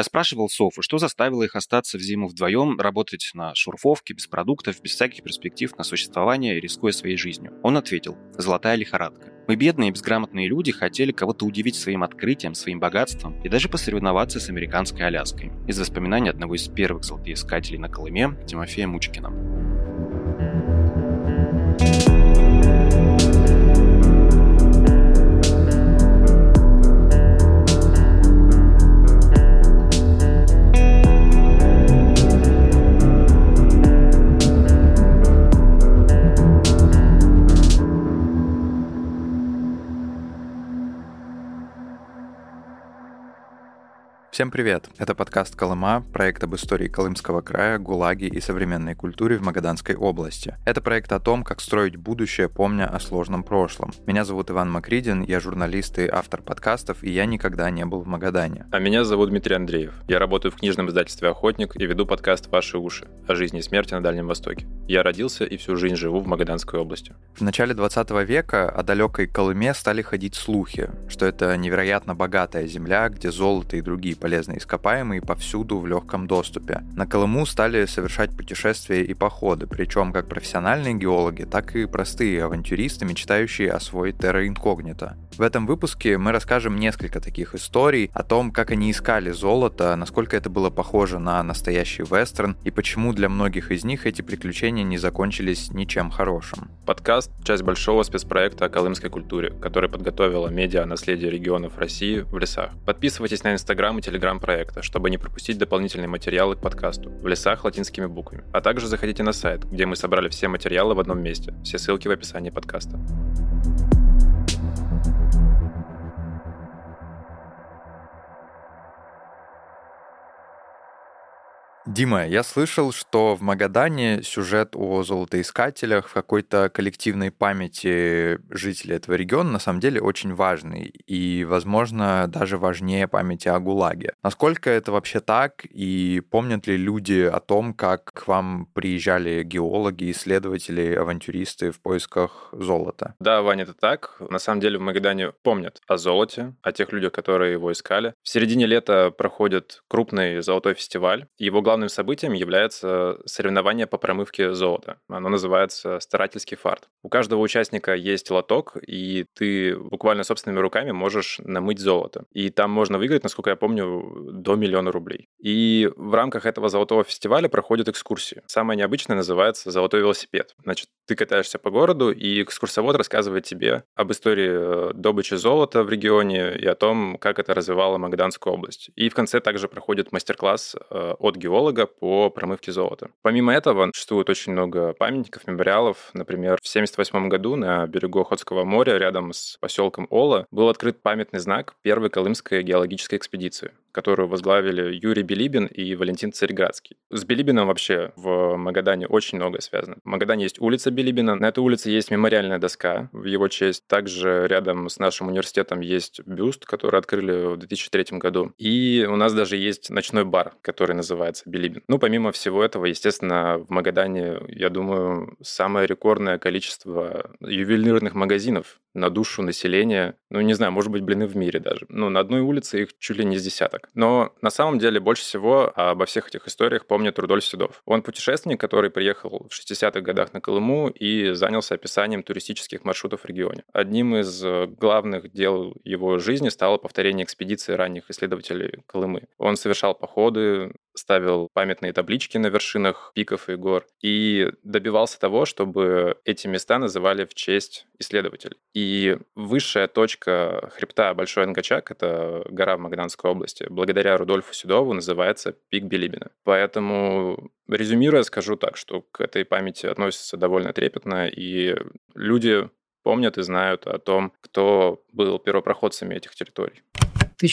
Я спрашивал Софу, что заставило их остаться в зиму вдвоем, работать на шурфовке, без продуктов, без всяких перспектив на существование, рискуя своей жизнью. Он ответил: «Золотая лихорадка. Мы, бедные и безграмотные люди, хотели кого-то удивить своим открытием, своим богатством и даже посоревноваться с американской Аляской». Из воспоминаний одного из первых золотоискателей на Колыме, Тимофея Мучкина. Всем привет! Это подкаст «Колыма», проект об истории Колымского края, ГУЛАГе и современной культуре в Магаданской области. Это проект о том, как строить будущее, помня о сложном прошлом. Меня зовут Иван Макридин, я журналист и автор подкастов, и я никогда не был в Магадане. А меня зовут Дмитрий Андреев. Я работаю в книжном издательстве «Охотник» и веду подкаст «Ваши уши» о жизни и смерти на Дальнем Востоке. Я родился и всю жизнь живу в Магаданской области. В начале 20 века о далекой Колыме стали ходить слухи, что это невероятно богатая земля, где золото и другие полезные ископаемые повсюду в легком доступе. На Колыму стали совершать путешествия и походы, причем как профессиональные геологи, так и простые авантюристы, мечтающие освоить терра инкогнито. В этом выпуске мы расскажем несколько таких историй о том, как они искали золото, насколько это было похоже на настоящий вестерн и почему для многих из них эти приключения не закончились ничем хорошим. Подкаст — часть большого спецпроекта о колымской культуре, который подготовила медиа «Наследие регионов России в лесах». Подписывайтесь на Инстаграм и Телеграм проекта, чтобы не пропустить дополнительные материалы к подкасту «В лесах» латинскими буквами. А также заходите на сайт, где мы собрали все материалы в одном месте. Все ссылки в описании подкаста. Дима, я слышал, что в Магадане сюжет о золотоискателях в какой-то коллективной памяти жителей этого региона на самом деле очень важный и, возможно, даже важнее памяти о ГУЛАГе. Насколько это вообще так, и помнят ли люди о том, как к вам приезжали геологи, исследователи, авантюристы в поисках золота? Да, Ваня, это так. На самом деле в Магадане помнят о золоте, о тех людях, которые его искали. В середине лета проходит крупный золотой фестиваль. Его главным событием является соревнование по промывке золота. Оно называется «Старательский фарт». У каждого участника есть лоток, и ты буквально собственными руками можешь намыть золото. И там можно выиграть, насколько я помню, до 1 000 000 рублей. И в рамках этого золотого фестиваля проходят экскурсии. Самая необычная называется «Золотой велосипед». Значит, ты катаешься по городу, и экскурсовод рассказывает тебе об истории добычи золота в регионе и о том, как это развивало Магаданскую область. И в конце также проходит мастер-класс от геолога по промывке золота. Помимо этого, существует очень много памятников, мемориалов. Например, в 1978 году на берегу Охотского моря, рядом с поселком Ола, был открыт памятный знак первой колымской геологической экспедиции, которую возглавили Юрий Билибин и Валентин Цареградский. С Билибиным вообще в Магадане очень многое связано. В Магадане есть улица Билибина. На этой улице есть мемориальная доска в его честь. Также рядом с нашим университетом есть бюст, который открыли в 2003 году. И у нас даже есть ночной бар, который называется Билибин. Ну, помимо всего этого, естественно, в Магадане, я думаю, самое рекордное количество ювелирных магазинов на душу населения. Ну, не знаю, может быть, в мире даже. Ну, на одной улице их чуть ли не с десяток. Но на самом деле больше всего обо всех этих историях помнит Рудольф Седов. Он путешественник, который приехал в 60-х годах на Колыму и занялся описанием туристических маршрутов в регионе. Одним из главных дел его жизни стало повторение экспедиции ранних исследователей Колымы. Он совершал походы, ставил памятные таблички на вершинах пиков и гор и добивался того, чтобы эти места называли в честь исследователей. И высшая точка хребта Большой Ангачак, это гора в Магаданской области, благодаря Рудольфу Седову называется пик Билибина. Поэтому, резюмируя, скажу так, что к этой памяти относятся довольно трепетно, и люди помнят и знают о том, кто был первопроходцами этих территорий. В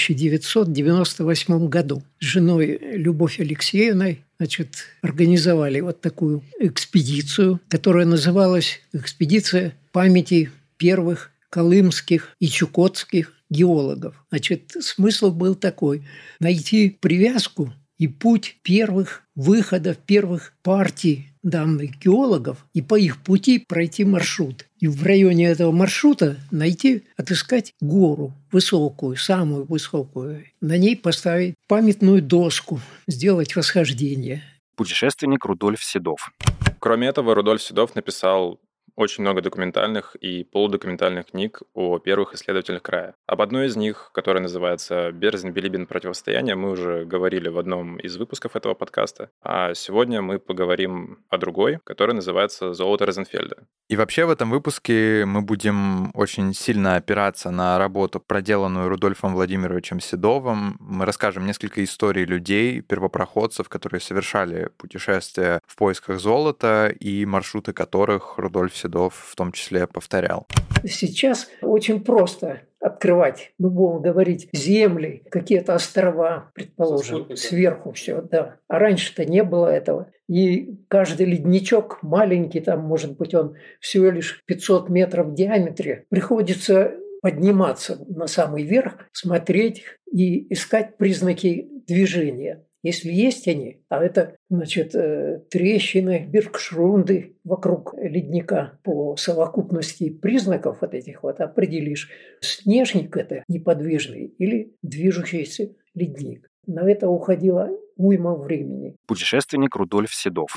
1998 году с женой Любовь Алексеевной организовали вот такую экспедицию, которая называлась «Экспедиция памяти первых колымских и чукотских геологов». Смысл был такой – найти привязку и путь первых выходов, первых партий данных геологов, и по их пути пройти маршрут. И в районе этого маршрута отыскать гору высокую, самую высокую. На ней поставить памятную доску, сделать восхождение. Путешественник Рудольф Седов. Кроме этого, Рудольф Седов написал очень много документальных и полудокументальных книг о первых исследователях края. Об одной из них, которая называется «Берзин-Билибин. Противостояние», мы уже говорили в одном из выпусков этого подкаста. А сегодня мы поговорим о другой, которая называется «Золото Розенфельда». И вообще в этом выпуске мы будем очень сильно опираться на работу, проделанную Рудольфом Владимировичем Седовым. Мы расскажем несколько историй людей, первопроходцев, которые совершали путешествия в поисках золота и маршруты которых Рудольф Седов в том числе повторял. Сейчас очень просто открывать, будем говорить, земли, какие-то острова, предположим, сверху все, да. А раньше-то не было этого. И каждый ледничок маленький, там, может быть, он всего лишь 500 метров в диаметре, приходится подниматься на самый верх, смотреть и искать признаки движения. Если есть они, а это, трещины, биркшрунды вокруг ледника по совокупности признаков вот этих определишь, снежник это неподвижный или движущийся ледник. На это уходило уйма времени. Путешественник Рудольф Седов.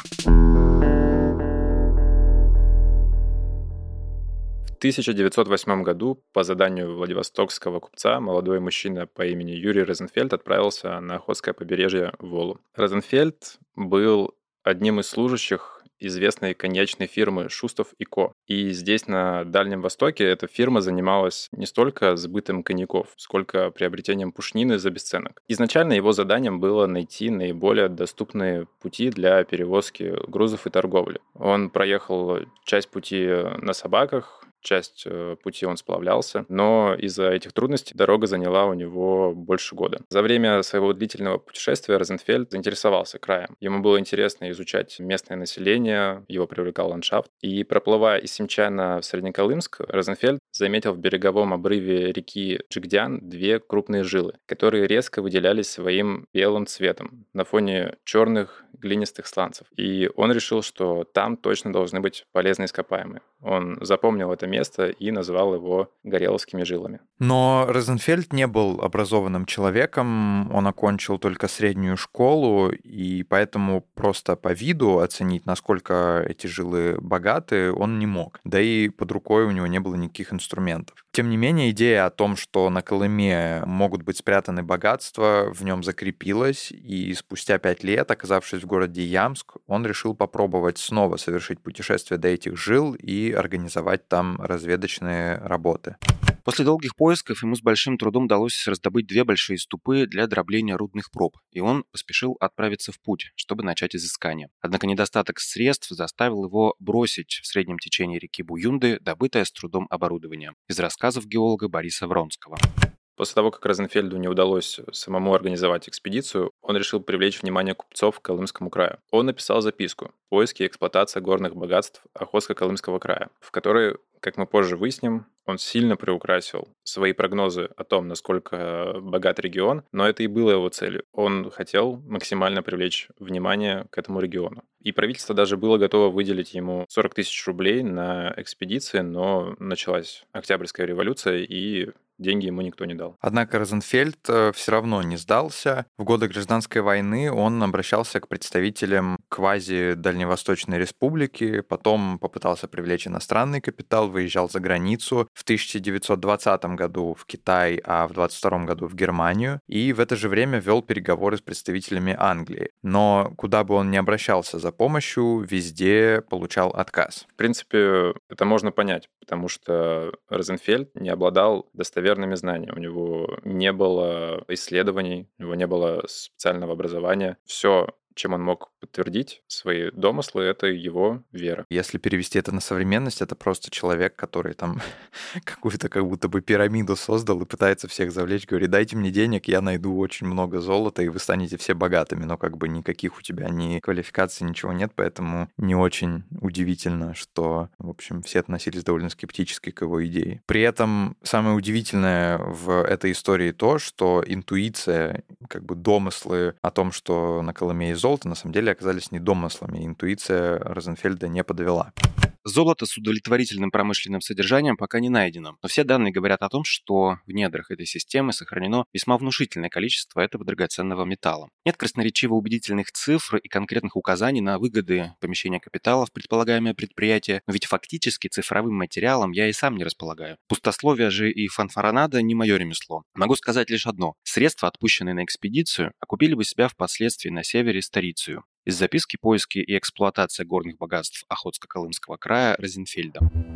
В 1908 году по заданию владивостокского купца молодой мужчина по имени Юрий Розенфельд отправился на Охотское побережье в Волу. Розенфельд был одним из служащих известной коньячной фирмы «Шустов и Ко». И здесь, на Дальнем Востоке, эта фирма занималась не столько сбытом коньяков, сколько приобретением пушнины за бесценок. Изначально его заданием было найти наиболее доступные пути для перевозки грузов и торговли. Он проехал часть пути на собаках, часть пути он сплавлялся, но из-за этих трудностей дорога заняла у него больше года. За время своего длительного путешествия Розенфельд заинтересовался краем. Ему было интересно изучать местное население, его привлекал ландшафт. И проплывая из Симчана в Среднеколымск, Розенфельд заметил в береговом обрыве реки Джигдян две крупные жилы, которые резко выделялись своим белым цветом на фоне черных глинистых сланцев. И он решил, что там точно должны быть полезные ископаемые. Он запомнил это место и назвал его Гореловскими жилами. Но Розенфельд не был образованным человеком, он окончил только среднюю школу, и поэтому просто по виду оценить, насколько эти жилы богаты, он не мог. Да и под рукой у него не было никаких инструментов. Тем не менее, идея о том, что на Колыме могут быть спрятаны богатства, в нем закрепилась, и спустя 5 лет, оказавшись в городе Ямск, он решил попробовать снова совершить путешествие до этих жил и организовать там разведочные работы. После долгих поисков ему с большим трудом удалось раздобыть 2 большие ступы для дробления рудных проб, и он поспешил отправиться в путь, чтобы начать изыскание. Однако недостаток средств заставил его бросить в среднем течении реки Буюнды добытое с трудом оборудование. Из рассказов геолога Бориса Вронского. После того, как Розенфельду не удалось самому организовать экспедицию, он решил привлечь внимание купцов к Колымскому краю. Он написал записку «Поиски и эксплуатация горных богатств Охотско-Колымского края», в которой, как мы позже выясним, он сильно приукрасил свои прогнозы о том, насколько богат регион, но это и было его целью. Он хотел максимально привлечь внимание к этому региону. И правительство даже было готово выделить ему 40 тысяч рублей на экспедиции, но началась Октябрьская революция, и деньги ему никто не дал. Однако Розенфельд все равно не сдался. В годы Гражданской войны он обращался к представителям квази-Дальневосточной республики, потом попытался привлечь иностранный капитал, выезжал за границу. В 1920 году в Китай, а в 1922 году в Германию. И в это же время вел переговоры с представителями Англии. Но куда бы он ни обращался за помощью, везде получал отказ. В принципе, это можно понять, потому что Розенфельд не обладал достоверными знаниями. У него не было исследований, у него не было специального образования. Все, чем он мог подтвердить свои домыслы, это его вера. Если перевести это на современность, это просто человек, который там какую-то как будто бы пирамиду создал и пытается всех завлечь, говорит, дайте мне денег, я найду очень много золота, и вы станете все богатыми. Но как бы никаких у тебя ни квалификаций, ничего нет, поэтому не очень удивительно, что, в общем, все относились довольно скептически к его идее. При этом самое удивительное в этой истории то, что интуиция, как бы домыслы о том, что на Колыме есть золото, на самом деле оказались не домыслами. Интуиция Розенфельда не подвела. Золото с удовлетворительным промышленным содержанием пока не найдено, но все данные говорят о том, что в недрах этой системы сохранено весьма внушительное количество этого драгоценного металла. Нет красноречиво убедительных цифр и конкретных указаний на выгоды помещения капитала в предполагаемое предприятие, но ведь фактически цифровым материалом я и сам не располагаю. Пустословие же и фанфаронада не мое ремесло. Могу сказать лишь одно. Средства, отпущенные на экспедицию, окупили бы себя впоследствии на севере Старицию. Из записки «Поиски и эксплуатация горных богатств Охотско-Колымского края» Розенфельда.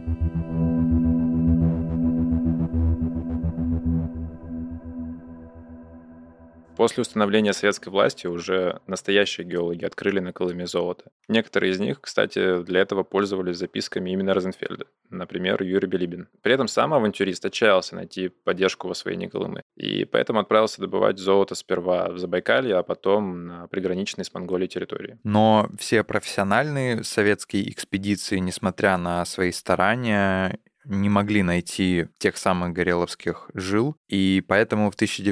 После установления советской власти уже настоящие геологи открыли на Колыме золото. Некоторые из них, кстати, для этого пользовались записками именно Розенфельда, например, Юрий Билибин. При этом сам авантюрист отчаялся найти поддержку в освоении Колымы, и поэтому отправился добывать золото сперва в Забайкалье, а потом на приграничной с Монголией территории. Но все профессиональные советские экспедиции, несмотря на свои старания, не могли найти тех самых гореловских жил, и поэтому в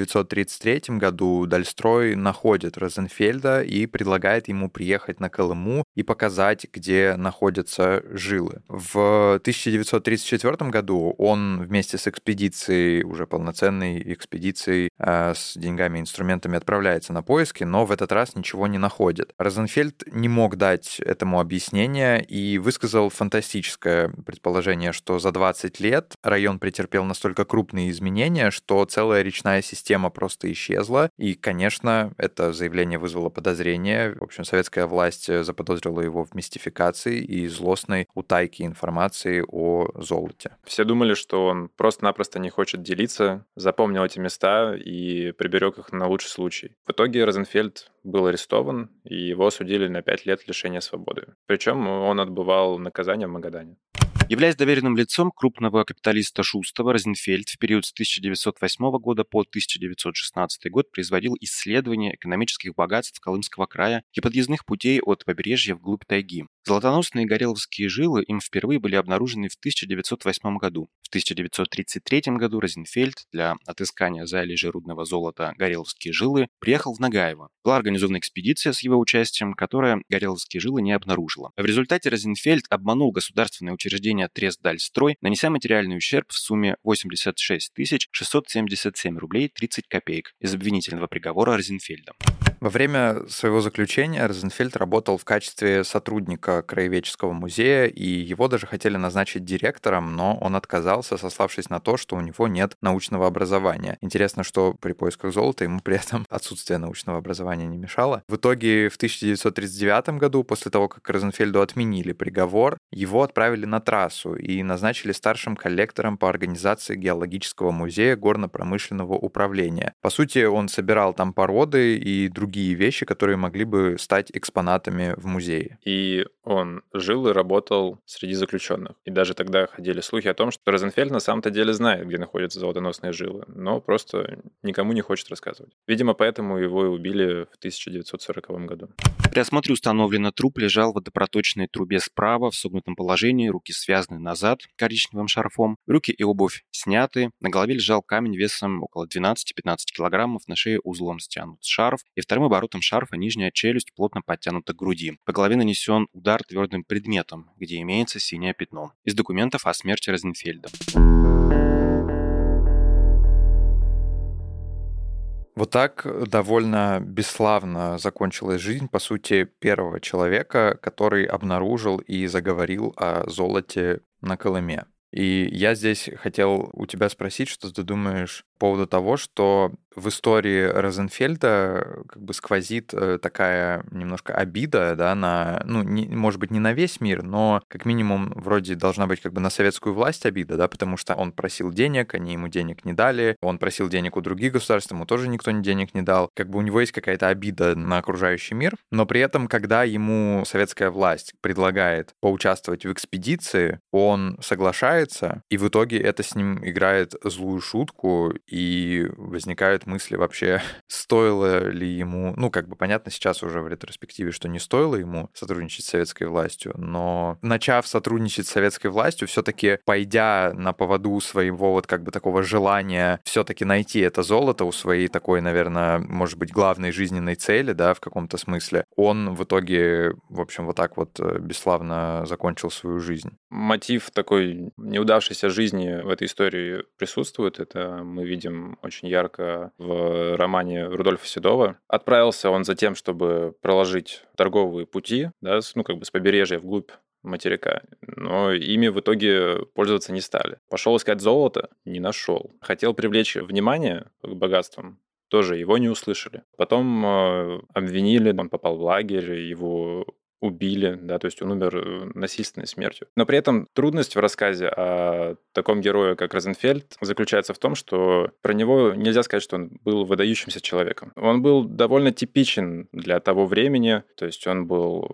1933 году Дальстрой находит Розенфельда и предлагает ему приехать на Колыму и показать, где находятся жилы. В 1934 году он вместе с экспедицией, уже полноценной экспедицией с деньгами и инструментами отправляется на поиски, но в этот раз ничего не находит. Розенфельд не мог дать этому объяснения и высказал фантастическое предположение, что за 20 лет район претерпел настолько крупные изменения, что целая речная система просто исчезла. И, конечно, это заявление вызвало подозрение. В общем, советская власть заподозрила его в мистификации и злостной утайке информации о золоте. Все думали, что он просто-напросто не хочет делиться, запомнил эти места и приберег их на лучший случай. В итоге Розенфельд был арестован, и его осудили на 5 лет лишения свободы. Причем он отбывал наказание в Магадане. Являясь доверенным лицом крупного капиталиста Шустова, Розенфельд в период с 1908 года по 1916 год производил исследования экономических богатств Колымского края и подъездных путей от побережья вглубь тайги. Золотоносные гореловские жилы им впервые были обнаружены в 1908 году. В 1933 году Розенфельд для отыскания залежей рудного золота гореловские жилы приехал в Нагаево. Была организована экспедиция с его участием, которая гореловские жилы не обнаружила. В результате Розенфельд обманул государственное учреждение Трест-Дальстрой, нанеся материальный ущерб в сумме 86 677 рублей 30 копеек из обвинительного приговора Розенфельда. Во время своего заключения Розенфельд работал в качестве сотрудника Краеведческого музея, и его даже хотели назначить директором, но он отказался, сославшись на то, что у него нет научного образования. Интересно, что при поисках золота ему при этом отсутствие научного образования не мешало. В итоге в 1939 году, после того, как Розенфельду отменили приговор, его отправили на трассу и назначили старшим коллектором по организации Геологического музея горно-промышленного управления. По сути, он собирал там породы и другие вещи, которые могли бы стать экспонатами в музее. И он жил и работал среди заключенных. И даже тогда ходили слухи о том, что Розенфельд на самом-то деле знает, где находятся золотоносные жилы, но просто никому не хочет рассказывать. Видимо, поэтому его и убили в 1940 году. При осмотре установлено, труп лежал в водопроточной трубе справа, в согнутом положении, руки связаны назад коричневым шарфом, брюки и обувь сняты, на голове лежал камень весом около 12-15 килограммов, на шее узлом стянут шарф, и вторым оборотом шарфа нижняя челюсть плотно подтянута к груди. По голове нанесен удар твердым предметом, где имеется синее пятно. Из документов о смерти Розенфельда. Вот так довольно бесславно закончилась жизнь, по сути, первого человека, который обнаружил и заговорил о золоте на Колыме. И я здесь хотел у тебя спросить, что ты думаешь по поводу того, что в истории Розенфельда как бы сквозит такая немножко обида, да, на, ну, может быть, не на весь мир, но как минимум вроде должна быть как бы на советскую власть обида, да, потому что он просил денег, они ему денег не дали, он просил денег у других государств, ему тоже никто денег не дал. Как бы у него есть какая-то обида на окружающий мир, но при этом, когда ему советская власть предлагает поучаствовать в экспедиции, он соглашается, и в итоге это с ним играет злую шутку, и возникают мысли вообще, стоило ли ему, ну, как бы понятно сейчас уже в ретроспективе, что не стоило ему сотрудничать с советской властью, но начав сотрудничать с советской властью, все-таки пойдя на поводу своего вот как бы такого желания все-таки найти это золото у своей такой, наверное, может быть, главной жизненной цели, да, в каком-то смысле, он в итоге, в общем, вот так вот бесславно закончил свою жизнь. Мотив такой неудавшейся жизни в этой истории присутствует. Это мы видим очень ярко в романе Рудольфа Седова. Отправился он за тем, чтобы проложить торговые пути, да, ну, как бы с побережья вглубь материка, но ими в итоге пользоваться не стали. Пошел искать золото, не нашел. Хотел привлечь внимание к богатствам, тоже его не услышали. Потом обвинили, он попал в лагерь, его убили, да, то есть он умер насильственной смертью. Но при этом трудность в рассказе о таком герое, как Розенфельд, заключается в том, что про него нельзя сказать, что он был выдающимся человеком. Он был довольно типичен для того времени, то есть он был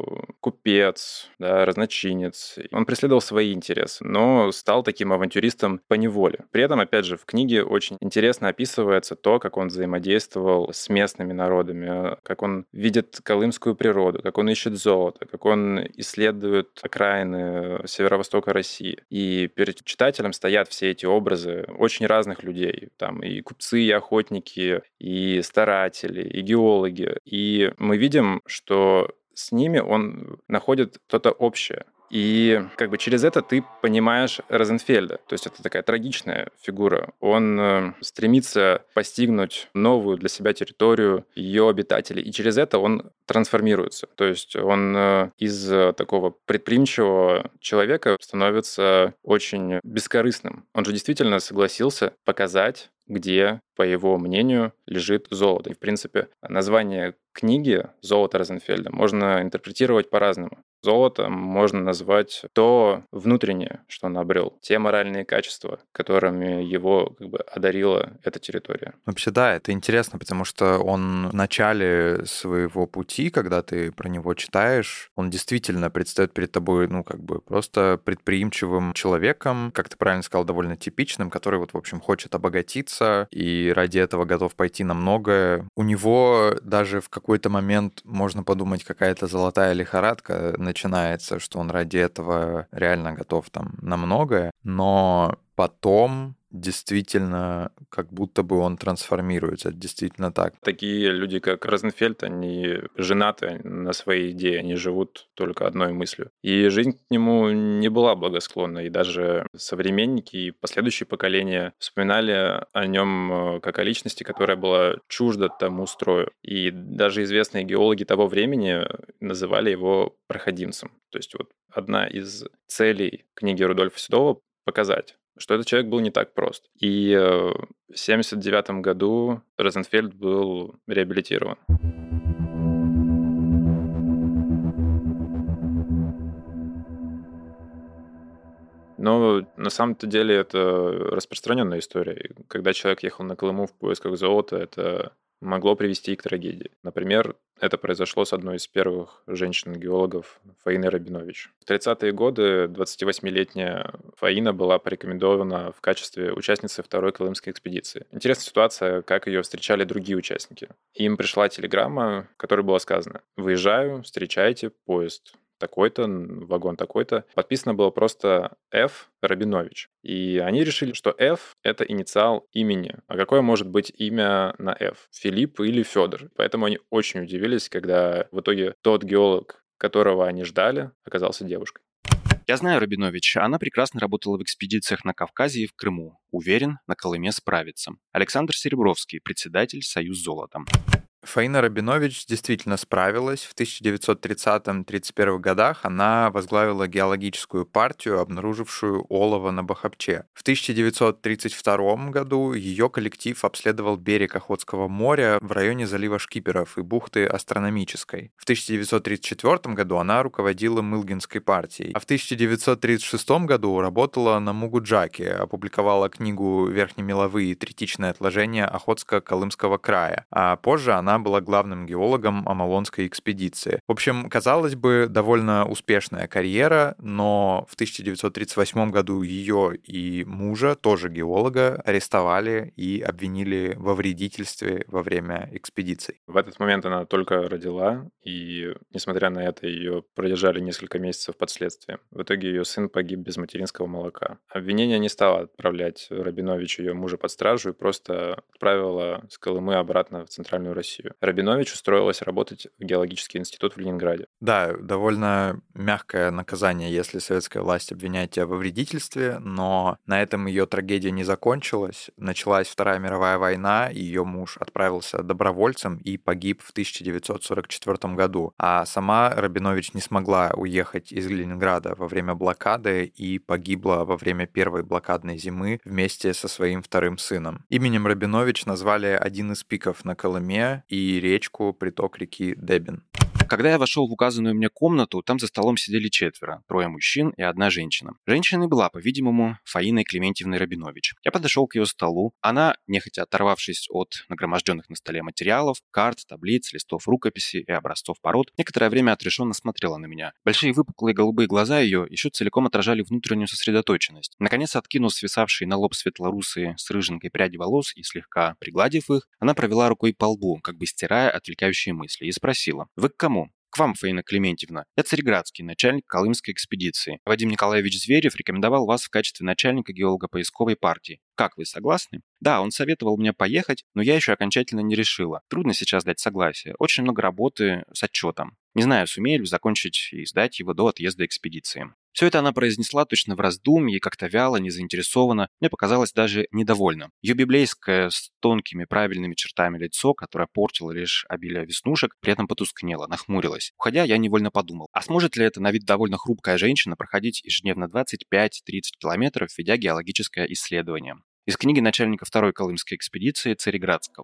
купец, да, разночинец. Он преследовал свои интересы, но стал таким авантюристом по неволе. При этом, опять же, в книге очень интересно описывается то, как он взаимодействовал с местными народами, как он видит колымскую природу, как он ищет золото, как он исследует окраины северо-востока России. И перед читателем стоят все эти образы очень разных людей. Там и купцы, и охотники, и старатели, и геологи. И мы видим, что с ними он находит что-то общее. И как бы через это ты понимаешь Розенфельда. То есть это такая трагичная фигура. Он стремится постигнуть новую для себя территорию, ее обитателей, и через это он трансформируется. То есть он из такого предприимчивого человека становится очень бескорыстным. Он же действительно согласился показать, где, по его мнению, лежит золото. И, в принципе, название книги «Золото Розенфельда» можно интерпретировать по-разному. Золото можно назвать то внутреннее, что он обрел, те моральные качества, которыми его как бы одарила эта территория. Вообще, да, это интересно, потому что он в начале своего пути, когда ты про него читаешь, он действительно предстает перед тобой, ну, как бы просто предприимчивым человеком, как ты правильно сказал, довольно типичным, который вот, в общем, хочет обогатиться и ради этого готов пойти на многое. У него даже в какой-то момент, можно подумать, какая-то золотая лихорадка начинается, что он ради этого реально готов там на многое, но потом действительно как будто бы он трансформируется, это действительно так. Такие люди, как Розенфельд, они женаты на своей идее, они живут только одной мыслью. И жизнь к нему не была благосклонна, и даже современники и последующие поколения вспоминали о нем как о личности, которая была чужда тому строю. И даже известные геологи того времени называли его проходимцем. То есть вот одна из целей книги Рудольфа Седова — показать, что этот человек был не так прост. И в 1979 году Розенфельд был реабилитирован. Но на самом-то деле это распространенная история. Когда человек ехал на Колыму в поисках золота, это могло привести и к трагедии. Например, это произошло с одной из первых женщин-геологов Фаиной Рабинович. В 30-е годы 28-летняя Фаина была порекомендована в качестве участницы второй Колымской экспедиции. Интересная ситуация, как ее встречали другие участники. Им пришла телеграмма, в которой было сказано: «Выезжаю, встречайте, поезд такой-то, вагон такой-то». Подписано было просто Ф. Рабинович. И они решили, что Ф — это инициал имени. А какое может быть имя на Ф? Филипп или Федор? Поэтому они очень удивились, когда в итоге тот геолог, которого они ждали, оказался девушкой. Я знаю Рабинович, она прекрасно работала в экспедициях на Кавказе и в Крыму. Уверен, на Колыме справится. Александр Серебровский, председатель «Союз золота». Фаина Рабинович действительно справилась. В 1930-31 годах она возглавила геологическую партию, обнаружившую олово на Бахапче. В 1932 году ее коллектив обследовал берег Охотского моря в районе залива Шкиперов и бухты Астрономической. В 1934 году она руководила Мылгинской партией, а в 1936 году работала на Мугуджаке, опубликовала книгу «Верхнемеловые третичные отложения Охотско-Колымского края», а позже она была главным геологом Амалонской экспедиции. В общем, казалось бы, довольно успешная карьера, но в 1938 году ее и мужа, тоже геолога, арестовали и обвинили во вредительстве во время экспедиций. В этот момент она только родила, и, несмотря на это, ее продержали несколько месяцев под следствием. В итоге ее сын погиб без материнского молока. Обвинение не стало отправлять Рабинович, ее мужа, под стражу и просто отправила с Колымы обратно в Центральную Россию. Рабинович устроилась работать в геологический институт в Ленинграде. Да, довольно мягкое наказание, если советская власть обвиняет тебя во вредительстве, но на этом ее трагедия не закончилась. Началась Вторая мировая война, и ее муж отправился добровольцем и погиб в 1944 году. А сама Рабинович не смогла уехать из Ленинграда во время блокады и погибла во время первой блокадной зимы вместе со своим вторым сыном. Именем Рабинович назвали один из пиков на Колыме и речку, приток реки Дебин. Когда я вошел в указанную мне комнату, там за столом сидели 4, 3 мужчин и 1 женщина. Женщиной была, по-видимому, Фаиной Клементьевной Рабинович. Я подошел к ее столу. Она, нехотя оторвавшись от нагроможденных на столе материалов, карт, таблиц, листов рукописи и образцов пород, некоторое время отрешенно смотрела на меня. Большие выпуклые голубые глаза ее еще целиком отражали внутреннюю сосредоточенность. Наконец, откинув свисавшие на лоб светлорусые с рыженькой пряди волос и слегка пригладив их, она провела рукой по лбу, как бы стирая отвлекающие мысли, и спросила: «Вы к кому?» «К вам, Фаина Клементьевна. Я Цареградский, начальник Колымской экспедиции. Вадим Николаевич Зверев рекомендовал вас в качестве начальника геолого-поисковой партии. Как, вы согласны?» «Да, он советовал мне поехать, но я еще окончательно не решила. Трудно сейчас дать согласие. Очень много работы с отчетом. Не знаю, сумею ли закончить и сдать его до отъезда экспедиции». Все это она произнесла точно в раздумье, как-то вяло, незаинтересованно. Мне показалось даже недовольно. Ее библейское с тонкими правильными чертами лицо, которое портило лишь обилие веснушек, при этом потускнело, нахмурилось. Уходя, я невольно подумал, а сможет ли эта на вид довольно хрупкая женщина проходить ежедневно 25-30 километров, ведя геологическое исследование? Из книги начальника 2-й Колымской экспедиции Цареградского.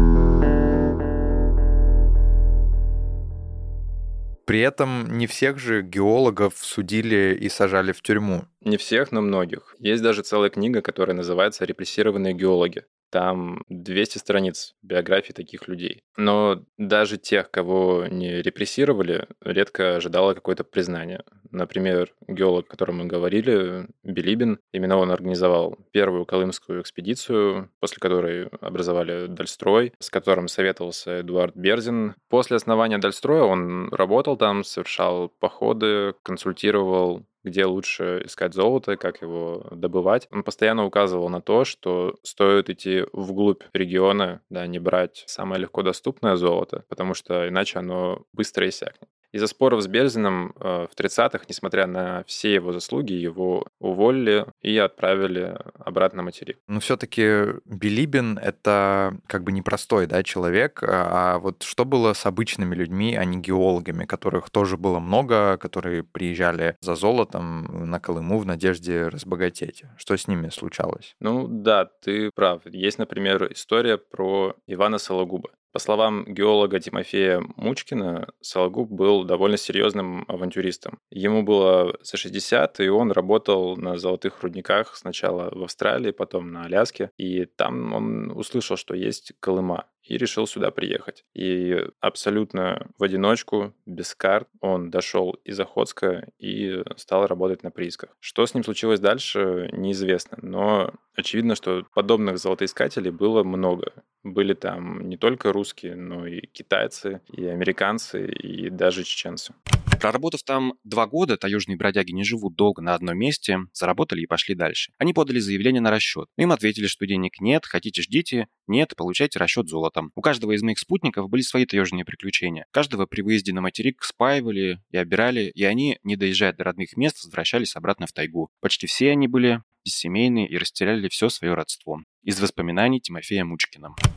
При этом не всех же геологов судили и сажали в тюрьму. Не всех, но многих. Есть даже целая книга, которая называется «Репрессированные геологи». Там 200 страниц биографии таких людей. Но даже тех, кого не репрессировали, редко ожидало какое-то признание. Например, геолог, о котором мы говорили, Билибин, именно он организовал первую колымскую экспедицию, после которой образовали Дальстрой, с которым советовался Эдуард Берзин. После основания Дальстроя он работал там, совершал походы, консультировал, где лучше искать золото, как его добывать. Он постоянно указывал на то, что стоит идти вглубь региона, да, не брать самое легко доступное золото, потому что иначе оно быстро иссякнет. Из-за споров с Берзиным в 30-х, несмотря на все его заслуги, его уволили и отправили обратно на материк. Но все-таки Билибин — это как бы непростой, да, человек. А вот что было с обычными людьми, а не геологами, которых тоже было много, которые приезжали за золотом на Колыму в надежде разбогатеть? Что с ними случалось? Ну да, ты прав. Есть, например, история про Ивана Сологуба. По словам геолога Тимофея Мучкина, Сологуб был довольно серьезным авантюристом. Ему было за 60, и он работал на золотых рудниках сначала в Австралии, потом на Аляске. И там он услышал, что есть Колыма, и решил сюда приехать. И абсолютно в одиночку, без карт, он дошел из Охотска и стал работать на приисках. Что с ним случилось дальше, неизвестно. Но очевидно, что подобных золотоискателей было много. Были там не только русские, но и китайцы, и американцы, и даже чеченцы. Проработав там 2 года, таежные бродяги не живут долго на одном месте, заработали и пошли дальше. Они подали заявление на расчет. Им ответили, что денег нет, хотите ждите, нет, получайте расчет золотом. У каждого из моих спутников были свои таежные приключения. Каждого при выезде на материк спаивали и обирали, и они, не доезжая до родных мест, возвращались обратно в тайгу. Почти все они были бессемейные и растеряли все свое родство. Из воспоминаний Тимофея Мучкина.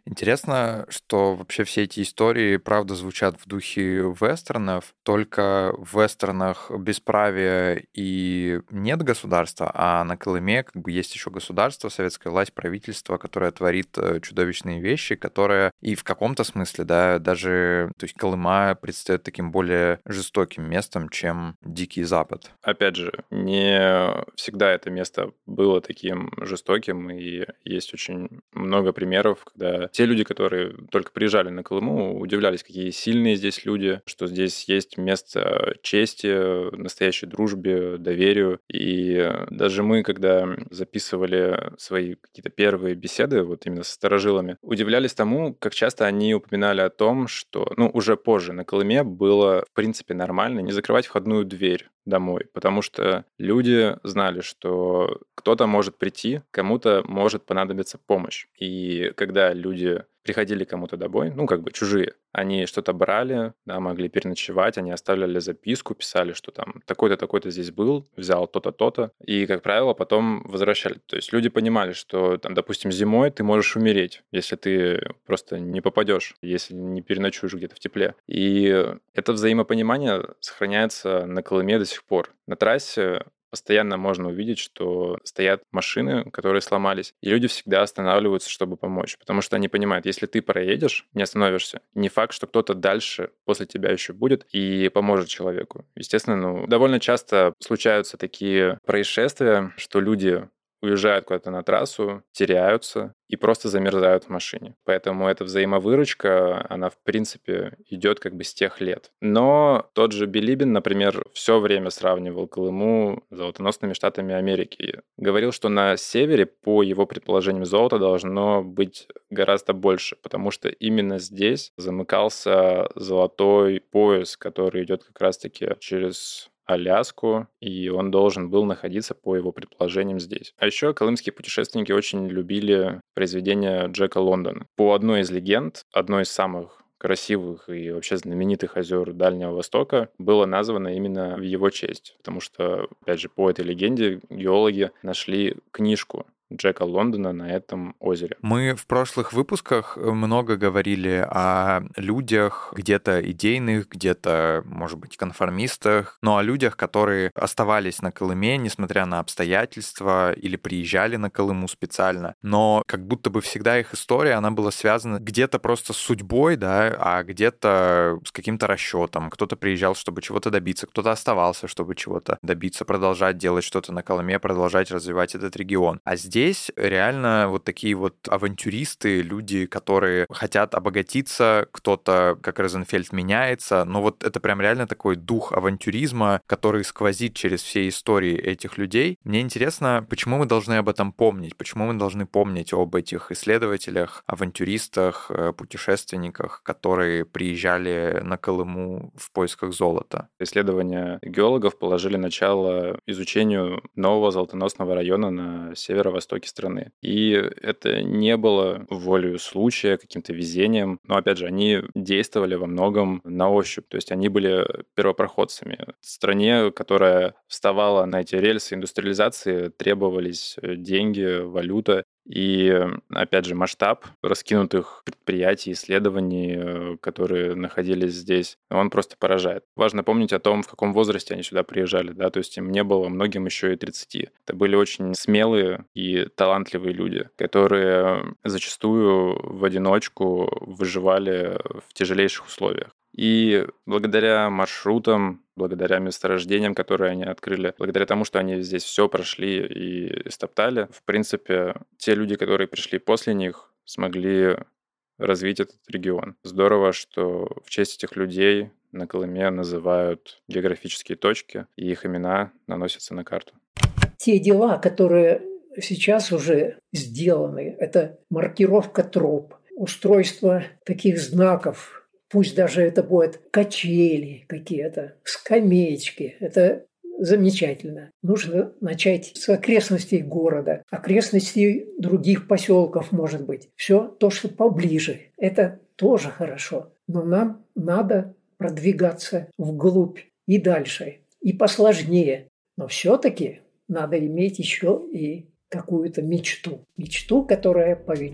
Интересно, что вообще все эти истории, правда, звучат в духе вестернов, только в вестернах бесправия и нет государства, а на Колыме как бы есть еще государство, советская власть, правительство, которое творит чудовищные вещи, которое и в каком-то смысле, да, даже, то есть Колыма предстает таким более жестоким местом, чем Дикий Запад. Опять же, не всегда это место было таким жестоким, и есть очень много примеров, когда те люди, которые только приезжали на Колыму, удивлялись, какие сильные здесь люди, что здесь есть место чести, настоящей дружбе, доверию. И даже мы, когда записывали свои какие-то первые беседы, вот именно со старожилами, удивлялись тому, как часто они упоминали о том, что, уже позже на Колыме было, в принципе, нормально не закрывать входную дверь домой, потому что люди знали, что кто-то может прийти, кому-то может понадобиться помощь. И когда люди приходили кому-то домой, чужие, они что-то брали, да, могли переночевать, они оставляли записку, писали, что там такой-то, такой-то здесь был, взял то-то, то-то, и, как правило, потом возвращали. То есть люди понимали, что, там, допустим, зимой ты можешь умереть, если ты просто не попадешь, если не переночуешь где-то в тепле. И это взаимопонимание сохраняется на Колыме до сих пор. На трассе постоянно можно увидеть, что стоят машины, которые сломались, и люди всегда останавливаются, чтобы помочь, потому что они понимают, если ты проедешь, не остановишься, не факт, что кто-то дальше после тебя еще будет и поможет человеку. Естественно, довольно часто случаются такие происшествия, что люди уезжают куда-то на трассу, теряются и просто замерзают в машине. Поэтому эта взаимовыручка, она, в принципе, идет как бы с тех лет. Но тот же Билибин, например, все время сравнивал Колыму с золотоносными штатами Америки. Говорил, что на севере, по его предположениям, золота должно быть гораздо больше, потому что именно здесь замыкался золотой пояс, который идет как раз-таки через Аляску, и он должен был находиться, по его предположениям, здесь. А еще колымские путешественники очень любили произведения Джека Лондона. По одной из легенд, одной из самых красивых и вообще знаменитых озер Дальнего Востока было названо именно в его честь, потому что, опять же, по этой легенде геологи нашли книжку Джека Лондона на этом озере. Мы в прошлых выпусках много говорили о людях, где-то идейных, где-то, может быть, конформистах, но о людях, которые оставались на Колыме, несмотря на обстоятельства, или приезжали на Колыму специально. Но как будто бы всегда их история, она была связана где-то просто с судьбой, да, а где-то с каким-то расчетом. Кто-то приезжал, чтобы чего-то добиться, кто-то оставался, чтобы чего-то добиться, продолжать делать что-то на Колыме, продолжать развивать этот регион. А здесь реально вот такие вот авантюристы, люди, которые хотят обогатиться, кто-то, как Розенфельд, меняется, но вот это прям реально такой дух авантюризма, который сквозит через все истории этих людей. Мне интересно, почему мы должны об этом помнить, почему мы должны помнить об этих исследователях, авантюристах, путешественниках, которые приезжали на Колыму в поисках золота. Исследования геологов положили начало изучению нового золотоносного района на северо-востоке страны. И это не было волею случая, каким-то везением. Но, опять же, они действовали во многом на ощупь. То есть они были первопроходцами. В стране, которая вставала на эти рельсы индустриализации, требовались деньги, валюта. И, опять же, масштаб раскинутых предприятий, исследований, которые находились здесь, он просто поражает. Важно помнить о том, в каком возрасте они сюда приезжали, да, то есть им не было многим еще и 30. Это были очень смелые и талантливые люди, которые зачастую в одиночку выживали в тяжелейших условиях. И благодаря маршрутам, благодаря месторождениям, которые они открыли, благодаря тому, что они здесь все прошли и стоптали, в принципе, те люди, которые пришли после них, смогли развить этот регион. Здорово, что в честь этих людей на Колыме называют географические точки, и их имена наносятся на карту. Те дела, которые сейчас уже сделаны, это маркировка троп, устройство таких знаков. Пусть даже это будут качели какие-то, скамеечки. Это замечательно. Нужно начать с окрестностей города, окрестностей других поселков, может быть. Все то, что поближе. Это тоже хорошо. Но нам надо продвигаться вглубь и дальше, и посложнее. Но все-таки надо иметь еще и какую-то мечту. Мечту, которая поведет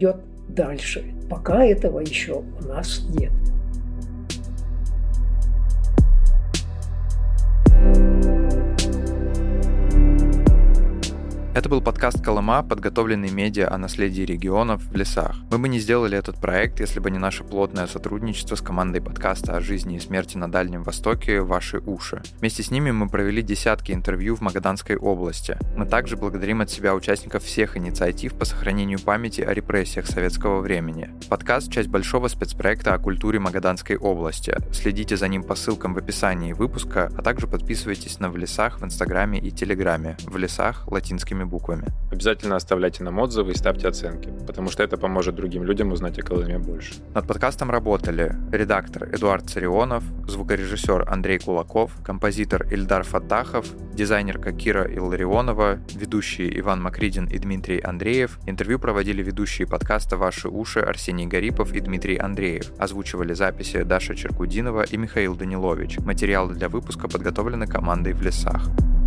дальше. Пока этого еще у нас нет. Это был подкаст «Колыма», подготовленный медиа о наследии регионов в лесах. Мы бы не сделали этот проект, если бы не наше плотное сотрудничество с командой подкаста о жизни и смерти на Дальнем Востоке «Ваши уши». Вместе с ними мы провели десятки интервью в Магаданской области. Мы также благодарим от себя участников всех инициатив по сохранению памяти о репрессиях советского времени. Подкаст — часть большого спецпроекта о культуре Магаданской области. Следите за ним по ссылкам в описании выпуска, а также подписывайтесь на «В лесах» в Инстаграме и Телеграме. «В лесах» латинскими буквами. Обязательно оставляйте нам отзывы и ставьте оценки, потому что это поможет другим людям узнать о Колыме больше. Над подкастом работали редактор Эдуард Царионов, звукорежиссер Андрей Кулаков, композитор Ильдар Фаттахов, дизайнерка Кира Илларионова, ведущие Иван Макридин и Дмитрий Андреев. Интервью проводили ведущие подкаста «Ваши уши» Арсений Гарипов и Дмитрий Андреев. Озвучивали записи Даша Черкудинова и Михаил Данилович. Материалы для выпуска подготовлены командой «В лесах».